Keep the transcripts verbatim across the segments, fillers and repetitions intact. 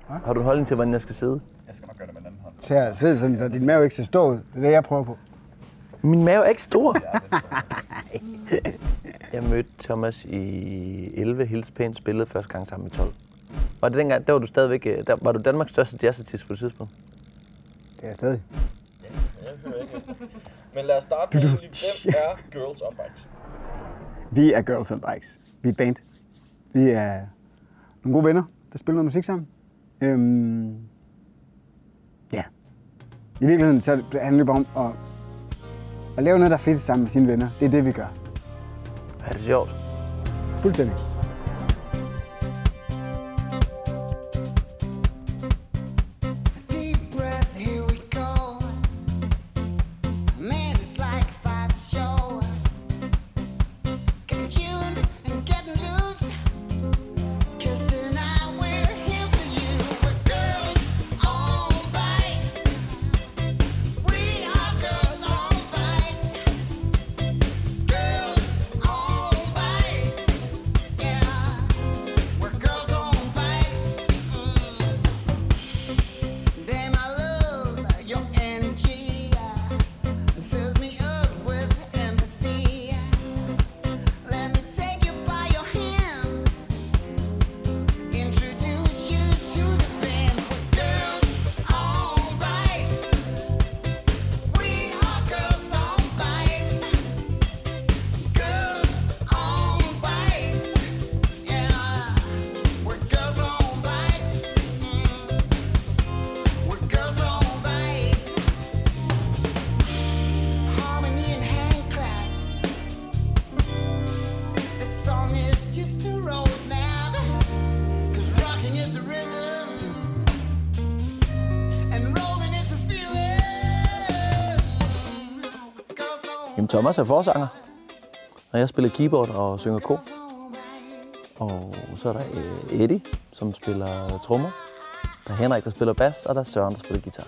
Hva? Har du en holdning til, hvordan jeg skal sidde? Jeg skal nok gøre det med den anden hånd. Til at sidde sådan, så din mave ikke ser stor ud. Det er det, jeg prøver på. Min mave er ikke stor. Jeg mødte Thomas i elleve, hilste pænt, spillede første gang sammen i tolv. Var det dengang, der var du stadigvæk, der, var du Danmarks største jazzartist på det tidspunkt? Det er jeg stadig. Ja, jeg hører ikke efter. Men lad os starte med, hvem er Girls on Bikes? Vi er Girls on Bikes. Vi er et band. Vi er nogle gode venner, der spiller noget musik sammen. Øhm, ja. I virkeligheden så handler det bare om at, at lave noget, der er fedt sammen med sine venner. Det er det, vi gør. Er det sjovt? Fuldstændig. Jamen, Thomas er forsanger, og jeg spiller keyboard og synger kor. Og så er der Eddie, som spiller trommer. Der er Henrik, der spiller bas, og der er Søren, der spiller guitar.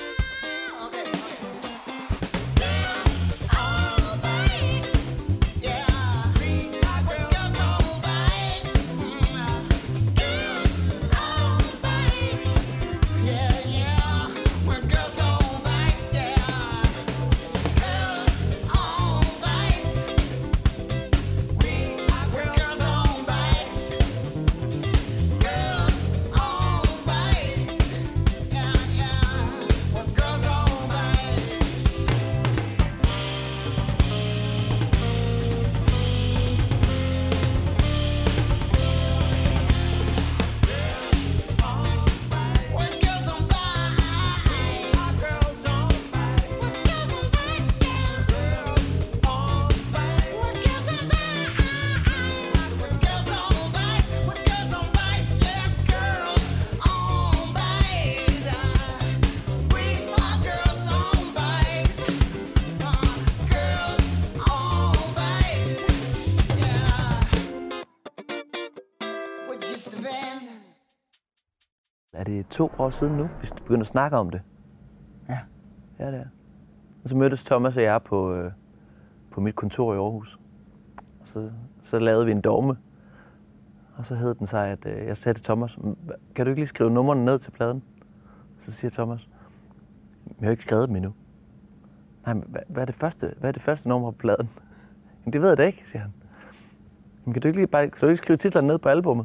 Er det to år siden nu, hvis du begynder at snakke om det? Ja. Ja, det er. Og så mødtes Thomas og jeg på, øh, på mit kontor i Aarhus. Og så, så lavede vi en dogme. Og så hed den sig, at øh, jeg sagde til Thomas, kan du ikke lige skrive numrene ned til pladen? Så siger Thomas, jeg har ikke skrevet dem endnu. Nej, men hvad, hvad, er det første, hvad er det første nummer på pladen? Men det ved jeg da ikke, siger han. Men kan du ikke lige, bare, kan du ikke skrive titlerne ned på albummet?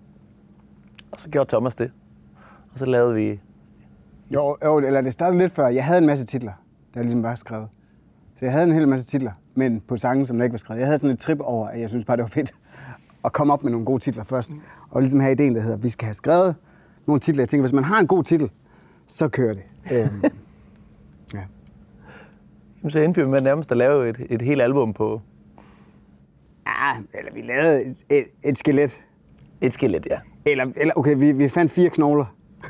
Og så gjorde Thomas det. Og så lavede vi... Jo, jo, eller det startede lidt før. Jeg havde en masse titler, der ligesom var skrevet. Så jeg havde en hel masse titler, men på sange, som der ikke var skrevet. Jeg havde sådan et trip over, at jeg synes bare, det var fedt at komme op med nogle gode titler først. Og ligesom have ideen, der hedder, at vi skal have skrevet nogle titler. Jeg tænker, hvis man har en god titel, så kører det. øhm, ja. Jamen, så endte vi med nærmest at lave et, et helt album på... Ja, eller vi lavede et, et, et skelet. Et skelet, ja. Eller, eller okay, vi, vi fandt fire knogler.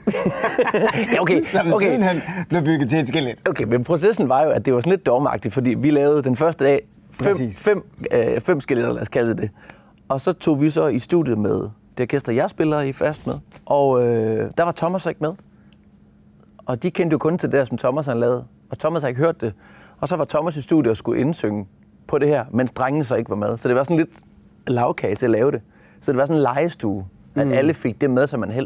ja, okay. Som okay. sidenhen blev bygget til et skelet. Okay, men processen var jo, at det var sådan lidt dogmagtigt, fordi vi lavede den første dag fem, fem, øh, fem skeletter, lad os kalde det. Og så tog vi så i studiet med det orkester, jeg spiller i fast med. Og øh, der var Thomas ikke med. Og de kendte jo kun til det, som Thomas han lavede. Og Thomas har ikke hørt det. Og så var Thomas i studiet og skulle indsynge på det her, mens drengene så ikke var med. Så det var sådan lidt lavkage til at lave det. Så det var sådan en legestue, at mm. alle fik det med, som man helst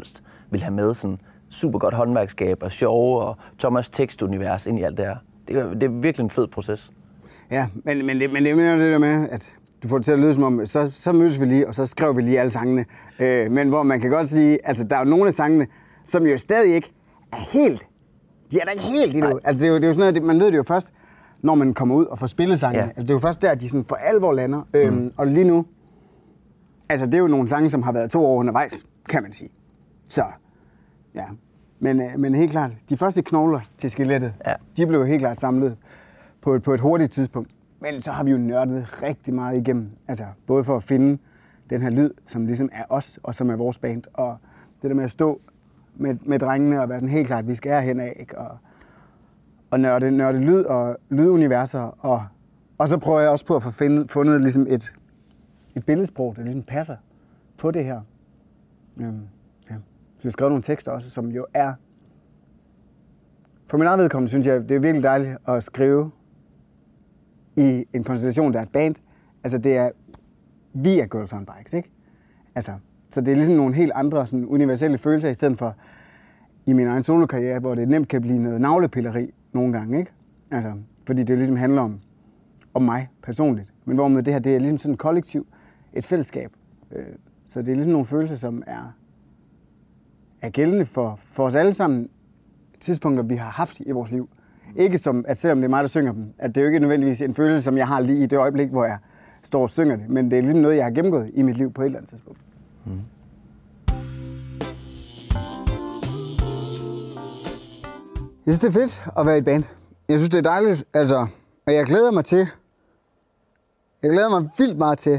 vil have med sådan super godt håndværkskab og sjove og Thomas' tekstunivers ind i alt det her. Det er, det er virkelig en fed proces. Ja, men, men, det, men det er mere det der med, at du får det til at lyde som om, så, så mødes vi lige, og så skriver vi lige alle sangene. Øh, men hvor man kan godt sige, altså der er jo nogle af sangene, som jo stadig ikke er helt, de er da ikke helt endnu. Altså det er, jo, det er jo sådan noget, man ved det jo først, når man kommer ud og får spillet sangene. Ja. Altså det er jo først der, de sådan for alvor lander. Øhm, mm. Og lige nu, altså det er jo nogle sange, som har været to år undervejs, kan man sige. Så, ja. Men, øh, men helt klart, de første knogler til skelettet, ja. de blev helt klart samlet på et, på et hurtigt tidspunkt. Men så har vi jo nørdet rigtig meget igennem. Altså både for at finde den her lyd, som ligesom er os, og som er vores band. Og det der med at stå med, med drengene og være sådan helt klart, vi skal herhen af, ikke? Og, og nørde, nørde lyd og lyduniverser. Og, og så prøver jeg også på at få finde, fundet ligesom et, et billedsprog, der ligesom passer på det her. Øhm, ja. Så vi har skrevet nogle tekster også, som jo er... For min eget vedkommende synes jeg, det er virkelig dejligt at skrive i en konstellation, der er et band. Altså det er, vi er Girls on Bikes, ikke? Altså, så det er ligesom nogle helt andre sådan, universelle følelser, i stedet for i min egen solokarriere, hvor det nemt kan blive noget navlepilleri nogle gange, ikke? Altså, fordi det ligesom handler om, om mig personligt. Men hvor med det her, det er ligesom sådan et kollektiv, et fællesskab. Så det er ligesom nogle følelser, som er, er gældende for, for os alle sammen, tidspunkter, vi har haft i vores liv. Ikke som, at selvom det er mig, der synger dem, at det er jo ikke nødvendigvis en følelse, som jeg har lige i det øjeblik, hvor jeg står og synger det, men det er ligesom noget, jeg har gennemgået i mit liv på et eller andet tidspunkt. Mm. Jeg synes, det er fedt at være i et band. Jeg synes, det er dejligt, altså, og jeg glæder mig til, jeg glæder mig vildt meget til,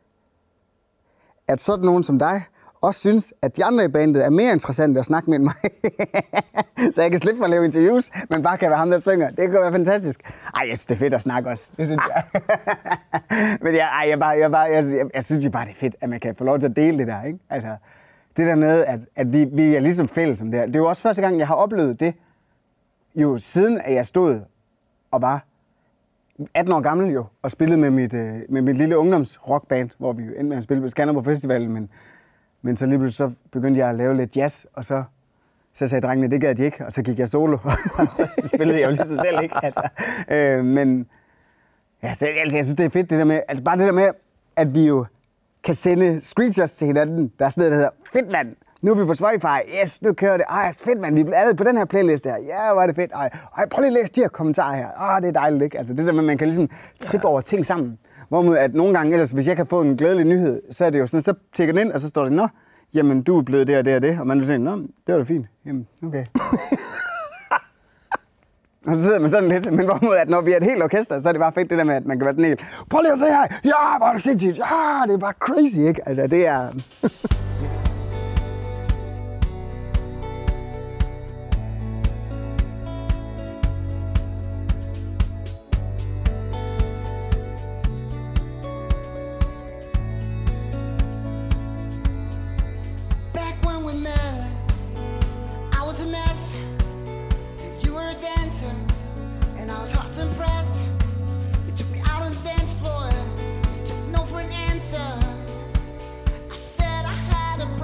at sådan nogen som dig også synes, at de andre i bandet er mere interessante at snakke med end mig. Så jeg kan slippe for at lave interviews, men bare kan være ham, der synger. Det kan være fantastisk. Ej, jeg synes, det er fedt at snakke også. Det synes jeg. Men jeg, ej, jeg, bare, jeg, bare, jeg, jeg, jeg synes jo bare, det er fedt, at man kan få lov til at dele det der. Ikke? Altså, det der med, at, at vi, vi er ligesom fælles om det her. Det er jo også første gang, jeg har oplevet det, jo siden at jeg stod og var atten år gammel jo, og spillede med mit, med mit lille ungdomsrockband, hvor vi jo endte med at spille på Skanderborg Festivalen, men Men så lige pludselig så begyndte jeg at lave lidt jazz, og så, så sagde drengene, det gad de ikke, og så gik jeg solo, og så spillede jeg jo lige så selv, ikke? Altså, øh, men ja, så, altså, jeg synes, det er fedt, det der med, altså bare det der med, at vi jo kan sende screenshots til hinanden. Der er sådan noget, der hedder, fedt mand, nu er vi på Spotify, yes, nu kører det, ej, fedt mand, vi er alle på den her playlist her, ja, hvor er det fedt, ej, ej prøv lige at læse de her kommentarer her, åh, det er dejligt, ikke? Altså det der med, at man kan ligesom trippe over ting sammen. Hvorimod at nogle gange ellers, hvis jeg kan få en glædelig nyhed, så er det jo sådan, så tjekker den ind, og så står det, nå, jamen du er blevet det og det og det, og man vil sige, nå, det var da fint, jamen, okay. Og så sidder man sådan lidt, men hvorimod at når vi er et helt orkester, så er det bare fedt det der med, at man kan være sådan helt, prøv lige at se her, ja, hvor er det sindssygt, ja, det er bare crazy, ikke? Altså det er... I said I had a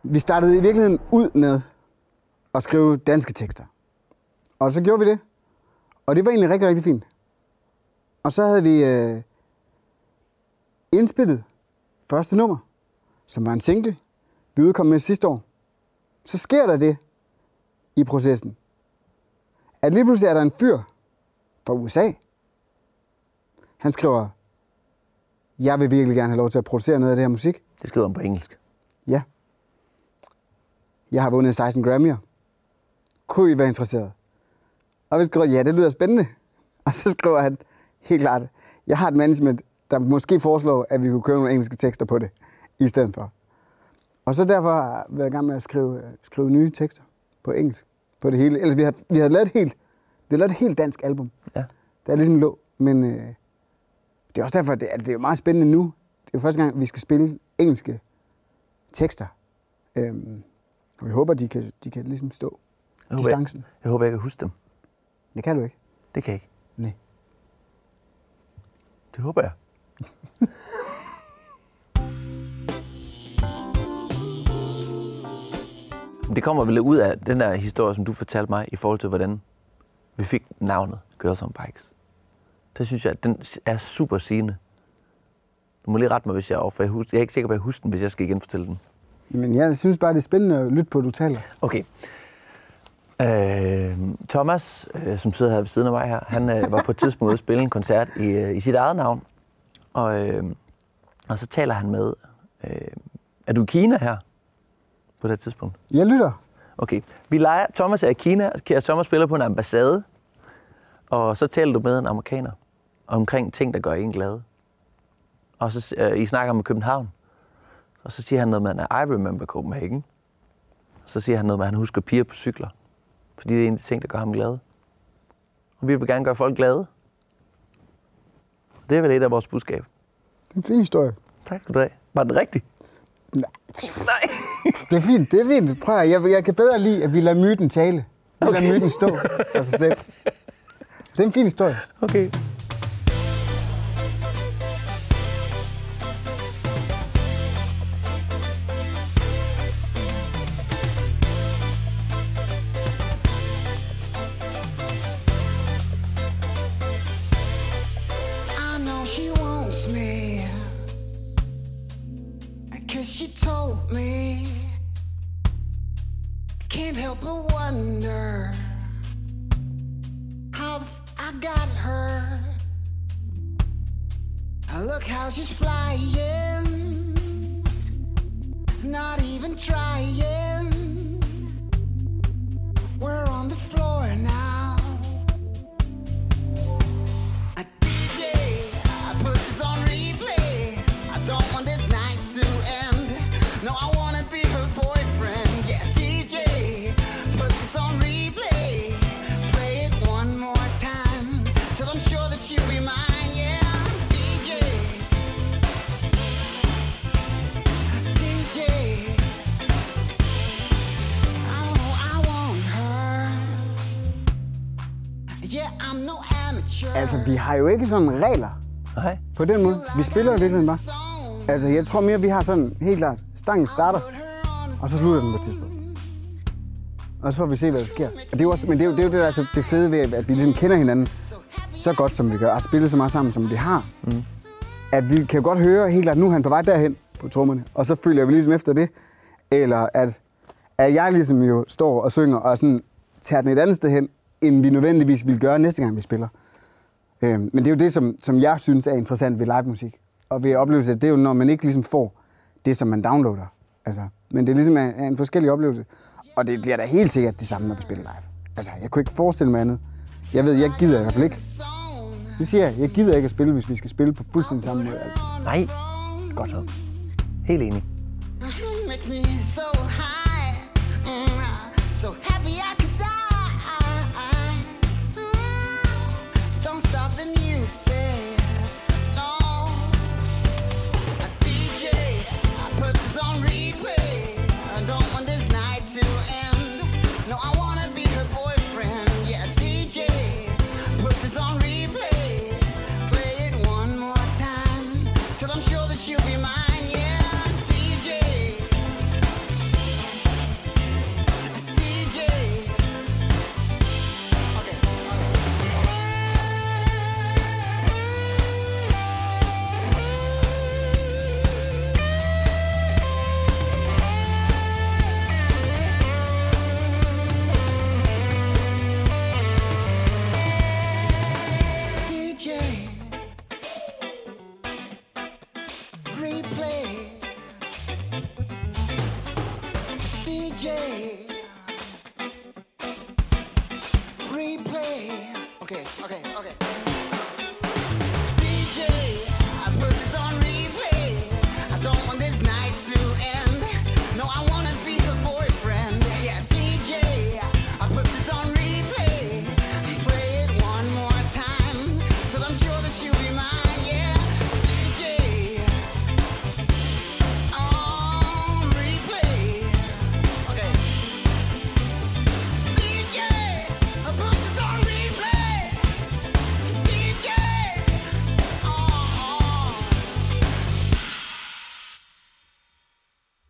vi startede i virkeligheden ud med at skrive danske tekster. Og så gjorde vi det. Og det var egentlig rigtig, rigtig fint. Og så havde vi øh, indspillet første nummer, som var en single, vi udkom med sidste år. Så sker der det i processen, at lige pludselig er der en fyr fra U S A. Han skriver, jeg vil virkelig gerne have lov til at producere noget af det her musik. Det skriver han på engelsk. Ja. Jeg har vundet seksten Grammy'er. Kunne I være interesseret? Og vi skriver, ja, det lyder spændende. Og så skriver han, helt klart, jeg har et management, der måske foreslår, at vi kunne købe nogle engelske tekster på det, i stedet for. Og så derfor har jeg været i gang med at skrive, skrive nye tekster på engelsk, på det hele. Ellers vi har, vi har lavet et helt, vi har lavet et helt dansk album, Ja. der er ligesom lå. Men øh, det er også derfor, at det, at det er jo meget spændende nu. Det er jo første gang, vi skal spille engelske tekster. Øhm, og vi håber, de kan, de kan ligesom stå Jeg håber, distancen. jeg, jeg håber, jeg kan huske dem. Det kan du ikke. Det kan jeg ikke. Nej. Det håber jeg. Det kommer vel ud af den der historie, som du fortalte mig, i forhold til, hvordan vi fik navnet Girls on Bikes. Det synes jeg, at den er super sigende. Du må lige rette mig, hvis jeg er off, for jeg, husker, jeg er ikke sikker på, at jeg husker den, hvis jeg skal igen fortælle den. Men jeg synes bare, det er spændende at lytte på, du taler. Okay. Øh, Thomas, øh, som sidder her ved siden af mig her, han øh, var på et tidspunkt ude at spille en koncert i, øh, i sit eget navn. Og, øh, og så taler han med, øh, er du i Kina her på det tidspunkt? Jeg lytter. Okay. Vi leger, Thomas er i Kina, og Thomas spiller på en ambassade. Og så taler du med en amerikaner omkring ting, der gør en glad. Og så øh, I snakker om København. Og så siger han noget med, at I remember Copenhagen. Så siger han noget med, at han husker piger på cykler. Fordi det er en af de ting, der gør ham glad. Og vi vil gerne gøre folk glade. Det er vel et af vores budskab. Det er en fin historie. Tak skal du have. Var den rigtig? Nej. Nej. Det er fint, det er fint. Prøv at, jeg, jeg kan bedre lide, at vi lader myten tale. Vi okay. lader myten stå for sig selv. Det er en fin historie. Okay. She told me, can't help but wonder how the f- I got her. Look how she's flying, not even trying. We're on the floor now. A D J, I put this on replay. I don't want this night to end. No, I wanna be her boyfriend. Yeah, D J, put this on replay. Play it one more time, till I'm sure that she'll be mine. Yeah, D J, D J, oh, I want her. Yeah, I'm no amateur. Altså, vi har jo ikke sådan regler Nej. på den måde. Vi spiller jo virkelig bare. Altså, jeg tror mere, vi har sådan helt klart, stangen starter, og så slutter den på et tidspunkt. Og så får vi se, hvad der sker. Og det er jo også, men det er jo det, er jo det der er så det fede ved, at vi ligesom kender hinanden så godt, som vi gør, og spiller så meget sammen, som vi har. Mm. At vi kan jo godt høre helt klart, nu er han på vej derhen på trommerne, og så følger vi ligesom efter det. Eller at, at jeg ligesom jo står og synger, og sådan tager den et andet sted hen, end vi nødvendigvis vil gøre næste gang, vi spiller. Øhm, men det er jo det, som, som jeg synes er interessant ved live musik. Og ved oplevelse, det er jo, når man ikke ligesom får det, som man downloader. Altså, men det er ligesom en, en forskellig oplevelse. Og det bliver da helt sikkert det samme, når vi spiller live. Altså, jeg kunne ikke forestille mig andet. Jeg ved, jeg gider i hvert fald ikke. Det siger jeg, jeg gider ikke at spille, hvis vi skal spille på fuldstændig samme måde. Altså. Nej. Godt nok. Helt enig. Make me so high, mm, so happy I could die. Mm, don't stop the music, no. A D J, I put this on replay. I don't want this night to end. No, I wanna be her boyfriend. Yeah, D J, put this on replay. Play it one more time, till I'm sure that she'll be mine. Yeah, D J.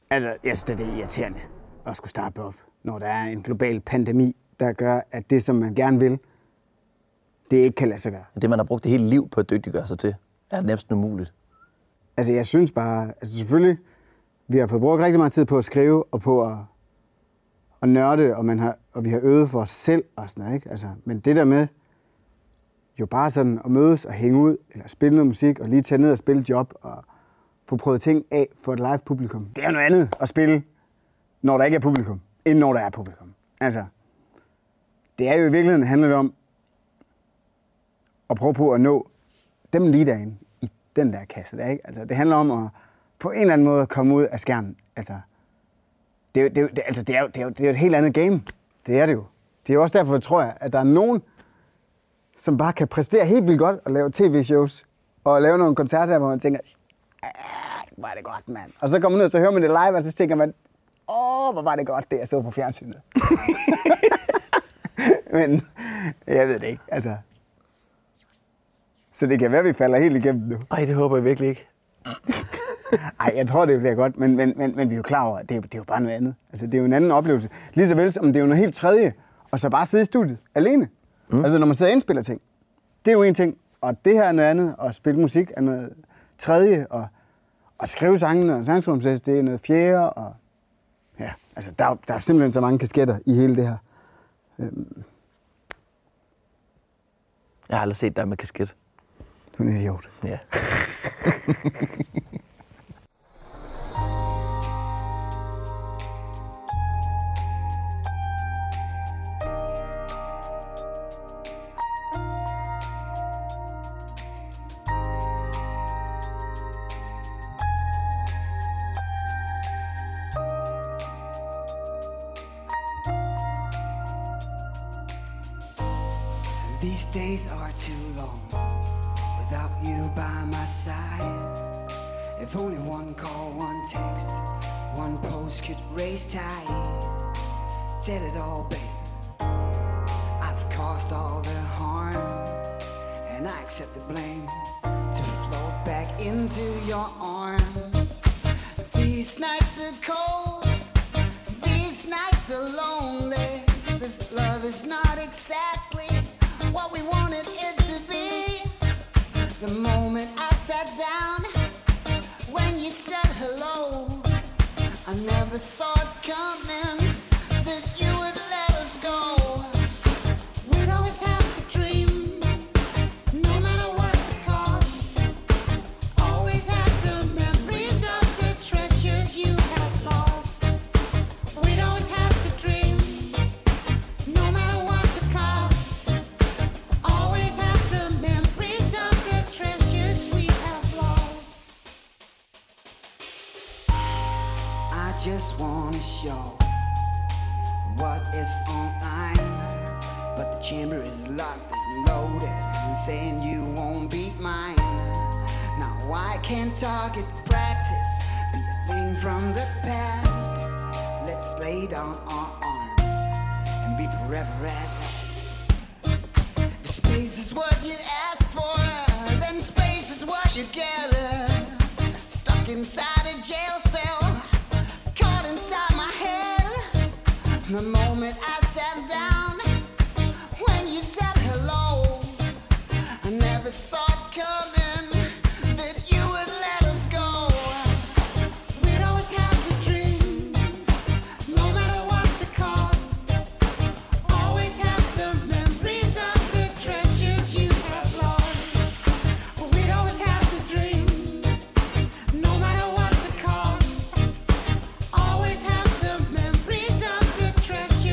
Altså, jeg synes, det er irriterende at skulle starte op, når der er en global pandemi, der gør, at det, som man gerne vil, det ikke kan lade sig gøre. Det, man har brugt det hele liv på at dygtiggøre sig til, er næsten umuligt. Altså, jeg synes bare, altså selvfølgelig, vi har fået brugt rigtig meget tid på at skrive og på at, at nørde, og, man har, og vi har øvet for os selv og sådan noget, ikke? Altså, men det der med jo bare sådan at mødes og hænge ud, eller spille noget musik, og lige tage ned og spille job, og få prøvet ting af for et live publikum. Det er noget andet at spille, når der ikke er publikum, end når der er publikum. Altså, det er jo i virkeligheden handlet om at prøve på at nå dem lige derinde i den der kasse der, ikke? Altså, det handler om at på en eller anden måde komme ud af skærmen. Altså, det er jo, det er jo, det, altså, det er jo, det er jo, det er jo et helt andet game. Det er det jo. Det er jo også derfor, tror jeg, at der er nogen, som bare kan præstere helt vildt godt og lave tv-shows og lave nogle koncerter, hvor man tænker, hvor er det godt, mand. Og så kommer man ud, og så hører man det live, og så tænker man, åh, hvor var det godt, det jeg så på fjernsynet. Men jeg ved det ikke, altså. Så det kan være, vi falder helt igennem nu. Ej, det håber jeg virkelig ikke. Ej, jeg tror, det bliver godt, men, men, men, men vi er jo klar over, at det er, det er jo bare noget andet. Altså, det er jo en anden oplevelse. Lige så vel som det er jo noget helt tredje, og så bare sidde i studiet alene. Mm. Altså, når man sidder og indspiller ting, det er jo en ting, og det her er noget andet, og spille musik er noget tredje, og, og skrive sangene og sangskrivningsproces, det er noget fjerde, og ja, altså, der er, der er simpelthen så mange kasketter i hele det her. Øhm. Jeg har aldrig set dig med kasket. Du er en idiot. Ja. These days are too long without you by my side. If only one call, one text, one post could raise tide. Tell it all, babe. I've caused all the harm, and I accept the blame to float back into your arms. These nights are cold, these nights are lonely. This love is not exactly what we wanted it to be. The moment I sat down, when you said hello, I never saw it coming that you would let us go. We'd always have to dream, no matter what the cost. Always have the memories of the treasures you have lost. We'd always have to dream, no matter what the cost. Always have the memories of the treasures we have lost. I just wanna show what is online, but the chamber is locked and loaded, saying you won't beat mine. Now why can't target practice be a thing from the past? Let's lay down our arms and be forever at last. If space is what you ask for, then space is what you get. Stuck inside a jail cell, caught inside my head. The moment I sat down, when you said hello, I never saw it coming that you would let us go. We'd always have the dream, no matter what the cost. Always have the memories of the treasures you have lost. We'd always have the dream, no matter what the cost. Always have the memories of the treasures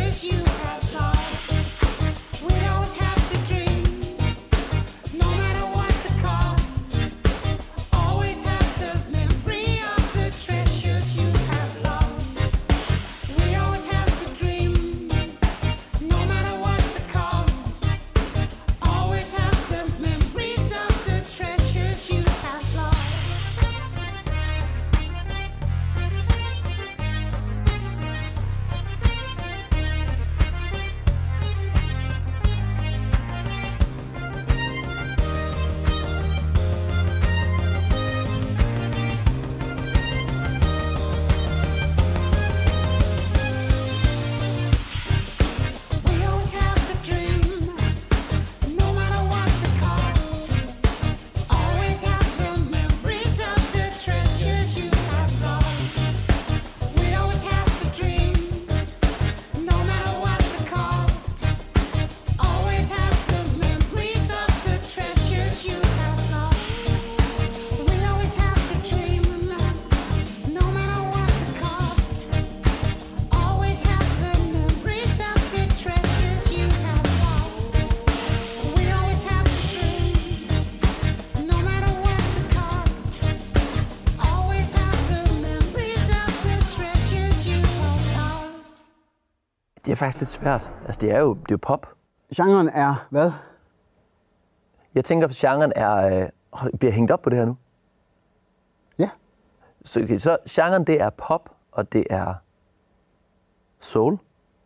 Det er faktisk lidt svært. Altså, det er jo, det er jo pop. Genren er hvad? Jeg tænker, at genren er, øh, bliver hængt op på det her nu. Ja. Så, okay, så genren, det er pop, og det er soul.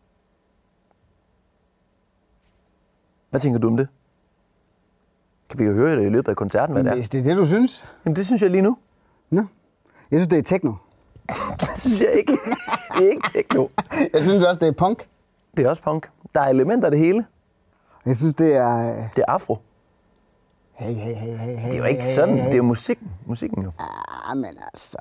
Hvad tænker du om det? Kan vi jo høre det i løbet af koncerten, hvad det er? Hvis det er det, du synes. Jamen, det synes jeg lige nu. Nå. Jeg synes, det er techno. Det synes jeg ikke. Det er ikke techno. Jeg synes også, det er punk. Det er også punk. Der er elementer af det hele. Jeg synes, det er... Det er afro. Hey, hey, hey, hey, hey. Det er jo ikke sådan. Det er jo musikken. Musikken jo. Ah, men altså...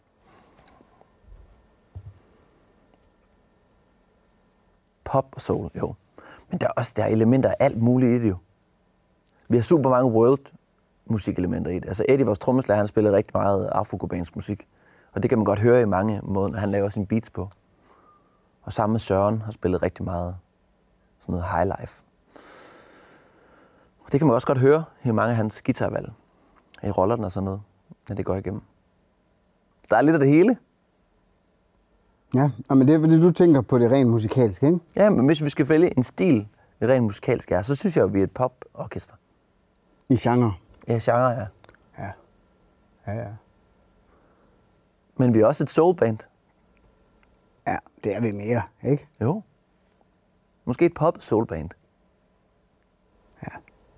Pop og soul, jo. Men der er også der er elementer af alt muligt i det jo. Vi har super mange world musikelementer i det. Altså Eddie, vores trommeslager, han spiller rigtig meget afrokubansk musik. Og det kan man godt høre i mange måder, han laver sine beats på. Og sammen med Søren har spillet rigtig meget sådan noget highlife. Og det kan man også godt høre i mange af hans guitarvalg. I rollerne og sådan noget, når det går igennem. Der er lidt af det hele. Ja, men det er fordi, du tænker på det rent musikalske, ikke? Ja, men hvis vi skal vælge en stil, det rent musikalsk er, så synes jeg jo, vi er et pop-orkester. I genre. Ja, genre, ja. Ja. Ja, ja. Men vi er også et soulband. Ja, det er vi mere, ikke? Jo. Måske et pop-soulband. Ja.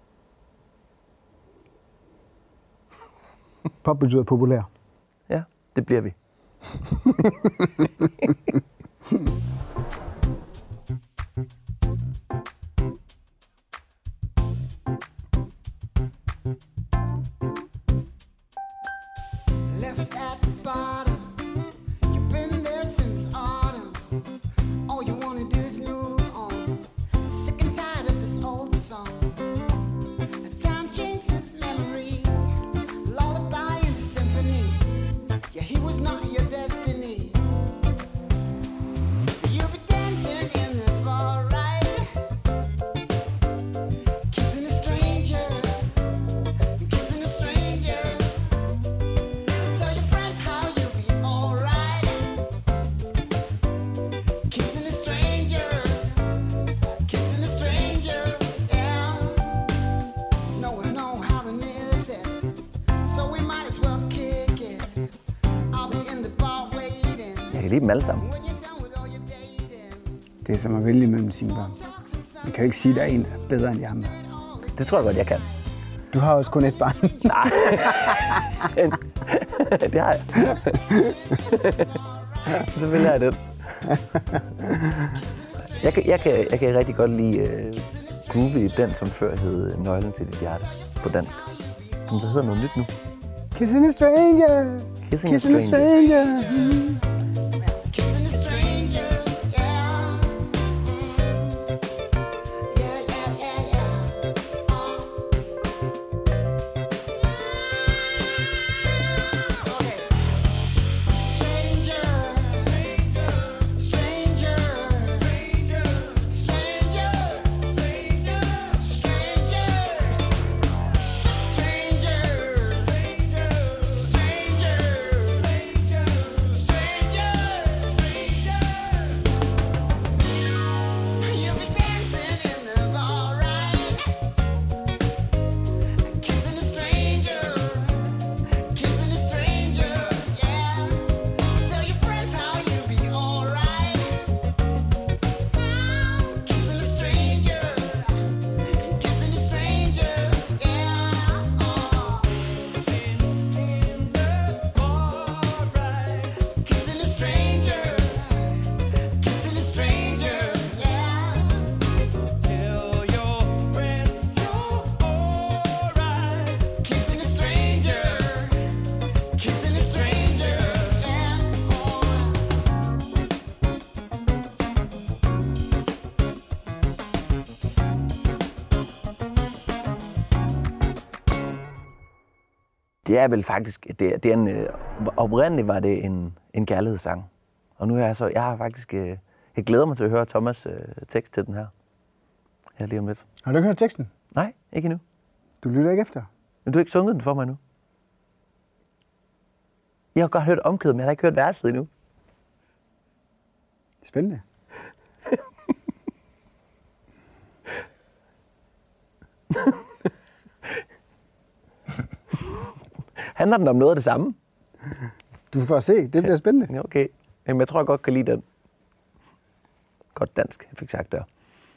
Pop betyder populær. Ja, det bliver vi. Left at the bottom, you've been there since autumn. All you wanna do is move on. Sick and tired of this old song. Time changes memories, lullaby into symphonies. Yeah, he was not your destiny. You'll be dancing in the bar, right? Kissing a stranger, kissing a stranger. Tell your friends how you'll be alright. Kissing a stranger, kissing a stranger, yeah. No one know how to miss it, so we might as well kick it. I'll be in the bar waiting. Jeg kan lide dem alle sammen. When you're done with all your dating, Det er som at vælge mellem sine børn. Man kan jo ikke sige, at der er en, der er bedre end de andre. Det tror jeg godt, jeg kan. Du har også kun et barn. Nej. Det har jeg. Så vil jeg den. Jeg kan, jeg kan, jeg kan rigtig godt lide uh, groove i den, som før hed Nøglen til dit hjerte på dansk. Som så hedder noget nyt nu. Kissing a stranger. Kissing, Kissing a stranger. Mm. kissing a stranger, yeah. Yeah, yeah, yeah, yeah. Uh. Okay. Stranger, stranger, stranger, stranger, stranger, stranger, stranger, you'll be dancing in the bar, right? Kissing a stranger, kissing a stranger, yeah. Tell your friends how you'll be alright. Kissing a stranger, kissing a stranger, yeah. Oh. Kissing a stranger, kissing a stranger, yeah. Tell your friend you're alright. Kissing a stranger, kissing a stranger, yeah. Det er vel faktisk, det er, det er en, øh, oprindeligt var det en, en kærlighedssang. Og nu er jeg så, jeg har faktisk, øh, jeg glæder mig til at høre Thomas' øh, tekst til den her. Her lige om lidt. Har du ikke hørt teksten? Nej, ikke endnu. Du lytter ikke efter? Men du har ikke sunget den for mig endnu. Jeg har godt hørt omkvædet, men jeg har ikke hørt verset endnu. Spændende. Handler den om noget af det samme? Du får se, det bliver spændende. Ja, okay. Jamen, jeg tror, jeg godt kan lide den. Godt dansk, jeg fik sagt der.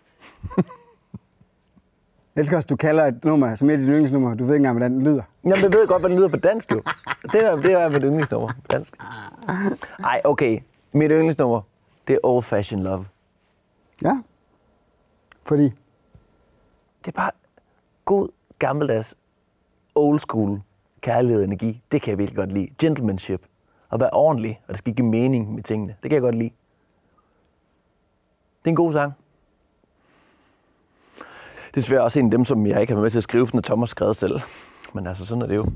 Jeg elsker også, du kalder et nummer som et af dine yndlingsnummer. Du ved ikke engang, hvordan den lyder. Jamen, jeg ved godt, hvordan det lyder på dansk, jo. Det er, det er mit yndlingsnummer på dansk. Ej, okay. Mit yndlingsnummer, det er Old Fashioned Love. Ja. Fordi? Det er bare god, gammeldags, old school kærlighed og energi. Det kan jeg virkelig godt lide. Gentlemanship. At være ordentlig, og det skal give mening med tingene. Det kan jeg godt lide. Det er en god sang. Det er desværre også en af dem, som jeg ikke har været med til at skrive, når Thomas skrevet selv. Men altså, sådan er det jo.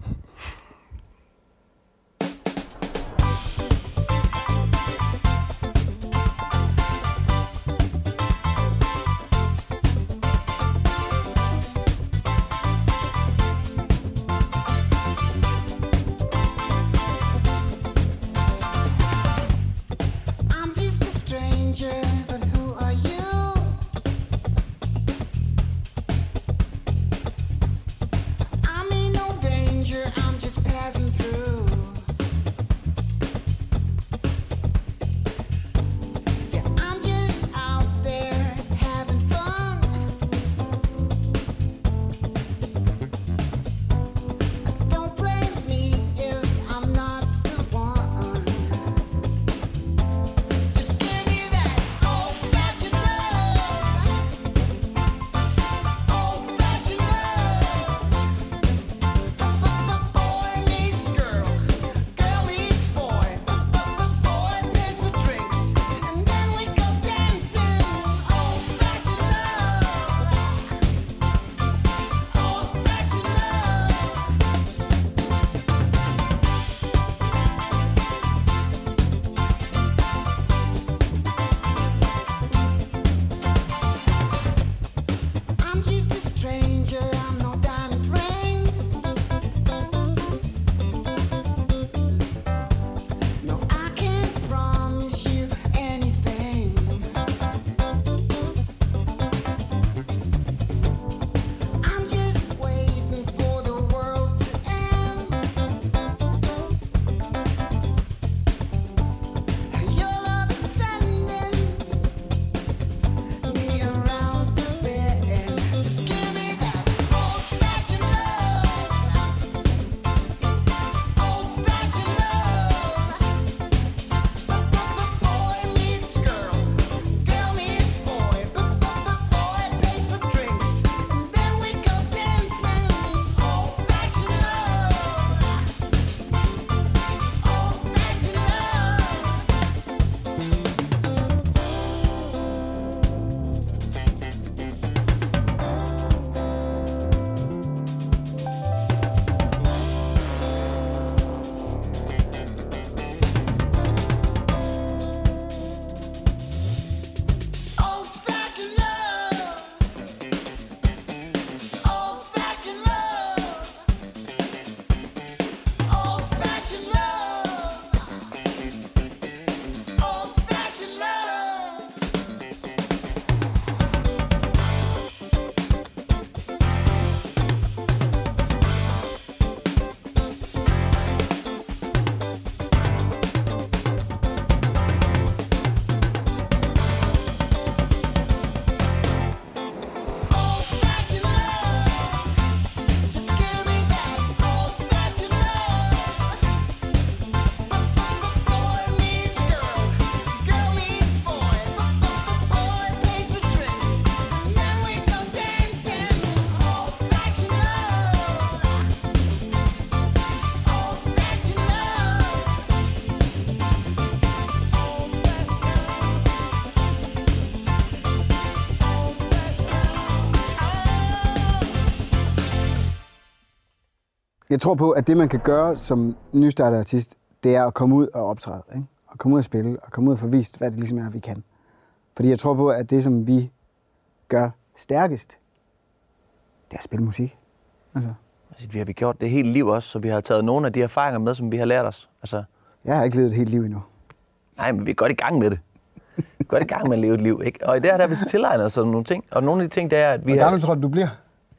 Jeg tror på, at det, man kan gøre som nystartet artist, det er at komme ud og optræde, ikke? Og komme ud og spille, og komme ud og få vist, hvad det ligesom er, vi kan. Fordi jeg tror på, at det, som vi gør stærkest, det er at spille musik. Altså. Altså, vi har vi gjort det hele liv også, så vi har taget nogle af de erfaringer med, som vi har lært os. Altså. Jeg har ikke levet et helt liv endnu. Nej, men vi er godt i gang med det. Vi er godt i gang med at leve et liv, ikke? Og i det her, der har vi tilegnet os sådan nogle ting. Og nogle af de ting, det er, at vi Hvor har... gammel tror du, du bliver?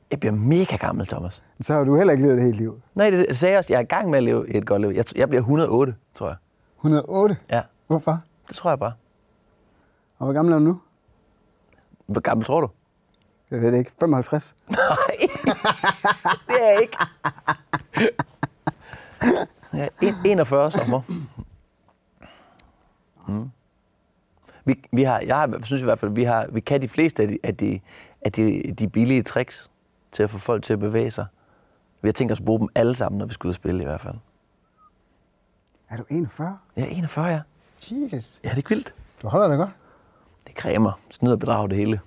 Jeg bliver mega gammel, Thomas. Så har du heller ikke levet det hele liv. Nej, det sagde jeg også. Jeg er i gang med at leve et godt liv. Jeg, jeg bliver et hundrede og otte, tror jeg. et hundrede og otte? Ja. Hvorfor? Det tror jeg bare. Og hvor gammel er du nu? Hvor gammel tror du? Jeg ved det ikke. femoghalvtreds? Nej, det er jeg ikke. Jeg er enogfyrre sommer. Mm. Vi, vi har, jeg har, synes i hvert fald, vi har, vi kan de fleste af de, af de, af de, de billige tricks til at få folk til at bevæge sig. Vi har tænkt os at bruge dem alle sammen, når vi skal ud og spille i hvert fald. Er du enogfyrre? Jeg er enogfyrre, ja. Jesus. Ja, det er ikke vildt. Du holder dig godt. Det kræmer. Snyd og bedrag det hele.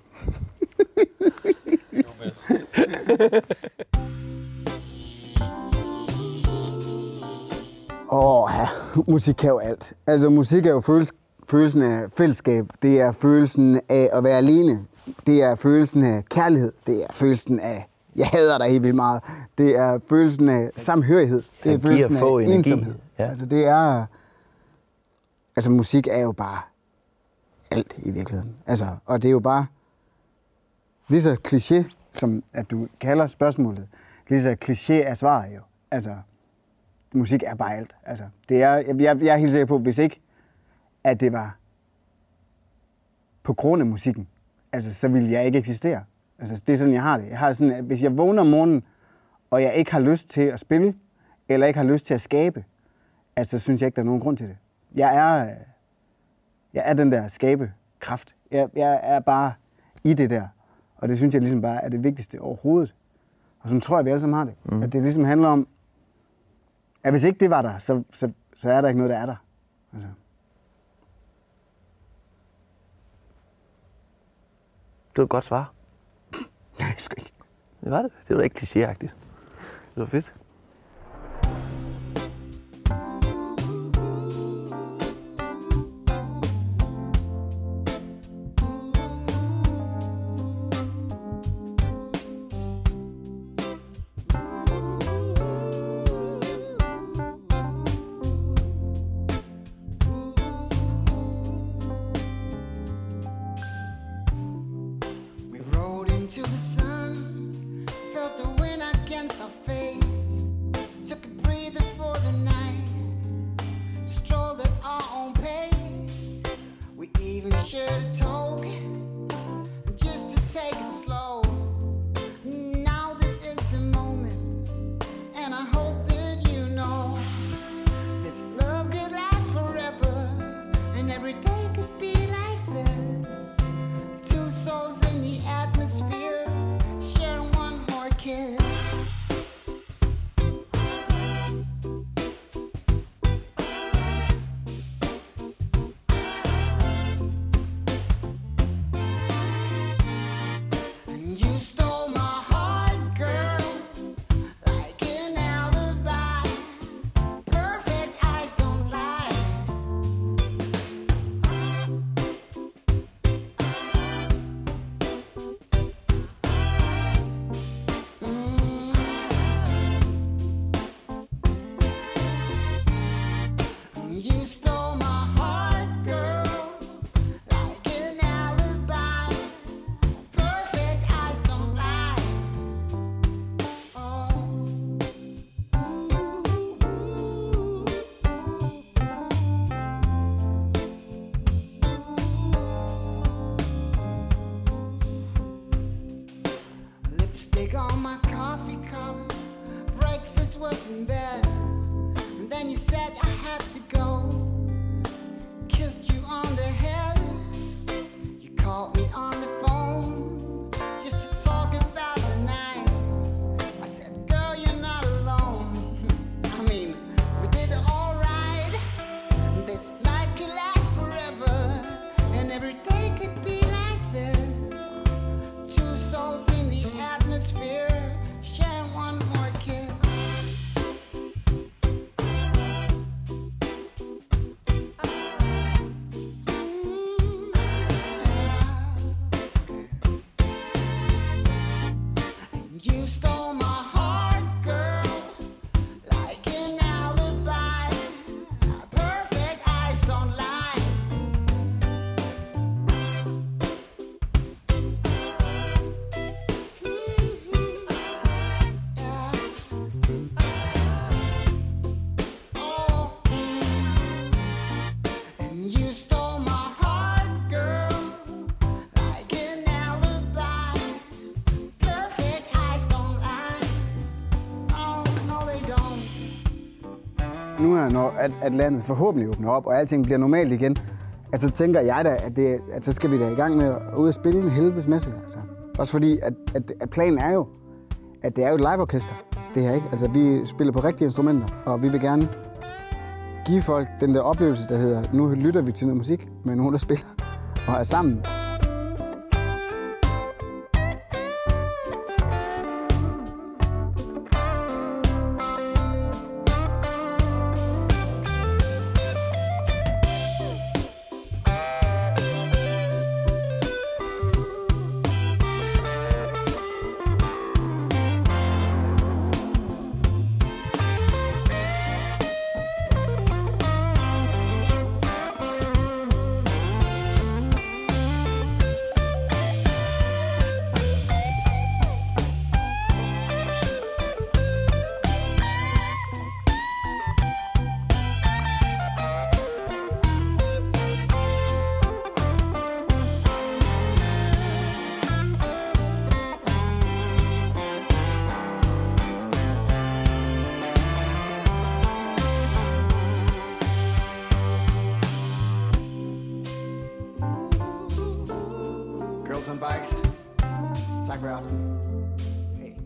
Åh, oh, ja. Musik er jo alt. Altså, musik er jo følelsen, følelsen af fællesskab. Det er følelsen af at være alene. Det er følelsen af kærlighed. Det er følelsen af, jeg hader dig helt vildt meget. Det er følelsen af samhørighed. Det er At give følelsen og få af energi. ensomhed. Ja. Altså, det er... Altså, musik er jo bare alt i virkeligheden. Altså, og det er jo bare lige så kliché, som at du kalder spørgsmålet. Lige så kliché er svaret jo. Altså, musik er bare alt. Altså, det er, jeg, jeg er helt sikker på, hvis ikke, at det var på grund af musikken, altså, så ville jeg ikke eksistere. Altså, det er sådan, jeg har det. Jeg har det sådan, at hvis jeg vågner om morgenen, og jeg ikke har lyst til at spille, eller ikke har lyst til at skabe, altså, så synes jeg ikke, der er nogen grund til det. Jeg er, jeg er den der skabekraft. Jeg, jeg er bare i det der. Og det synes jeg ligesom bare er det vigtigste overhovedet. Og sådan tror jeg, vi alle sammen har det. Mm. At det ligesom handler om, at hvis ikke det var der, så, så, så er der ikke noget, der er der. Altså. Det var et godt svar. Nej, sgu ikke. Det var det. Det var da ikke klichéagtigt. Det var fedt. To the sun, felt the wind against our face, took a breather for the night, strolled at our own pace, we even shared a talk, just to take it slow. Now this is the moment, and I hope that you know, this love could last forever, and every day could be like this, two souls in the atmosphere, share one more kiss. And you stole my heart, girl, like an alibi. Perfect eyes don't lie. You stole my heart, girl, like an alibi. Perfect eyes don't lie. Oh. Lipstick on my coffee cup. Breakfast was in bed. And then you said I had to go. Kissed you on the head. You called me on the phone just to talk about the night. I said, girl, you're not alone. I mean, we did all right. This night could last forever, and every day could be like this. Two souls in the atmosphere, sharing one more kiss. nu her, når at, at landet forhåbentlig åbner op, og alting bliver normalt igen, altså tænker jeg da, at, det, at så skal vi da i gang med at ud og spille en helvedes masse. Altså. Også fordi, at, at, at planen er jo, at det er jo et liveorkester, det her, ikke? Altså, vi spiller på rigtige instrumenter, og vi vil gerne give folk den der oplevelse, der hedder, nu lytter vi til noget musik med nogen, der spiller og er sammen. Girls on Bikes. Tak for aftenen. Hey.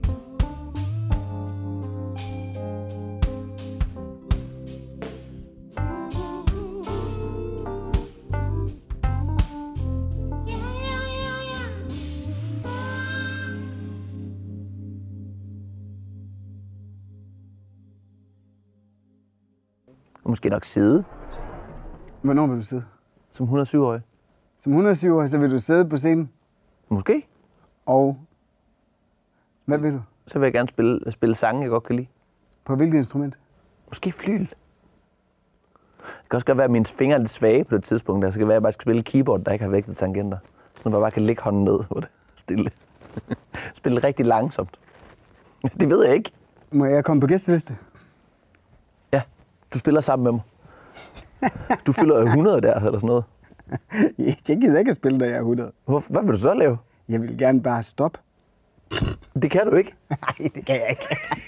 Måske nok sidde Hvornår vil du sidde? som hundrede og syv-årig. Som hundrede og syv år, så vil du sidde på scenen, Måske. og hvad vil du? Så vil jeg gerne spille, spille sange, jeg godt kan lide. På hvilket instrument? Måske flyl. Det kan også godt være, at mine fingre er lidt svage på det tidspunkt. Der så kan det være, at jeg bare skal spille keyboard, der ikke har vægtet tangenter. Så man bare kan lægge hånden ned på det. Stille. Spille rigtig langsomt. Det ved jeg ikke. Må jeg komme på gæsteliste? Ja, du spiller sammen med mig. Du fylder hundrede der, eller sådan noget. Jeg gider ikke at spille, når jeg er hundrede. Hvor, hvad vil du så lave? Jeg vil gerne bare stoppe. Det kan du ikke. Nej, det kan jeg ikke.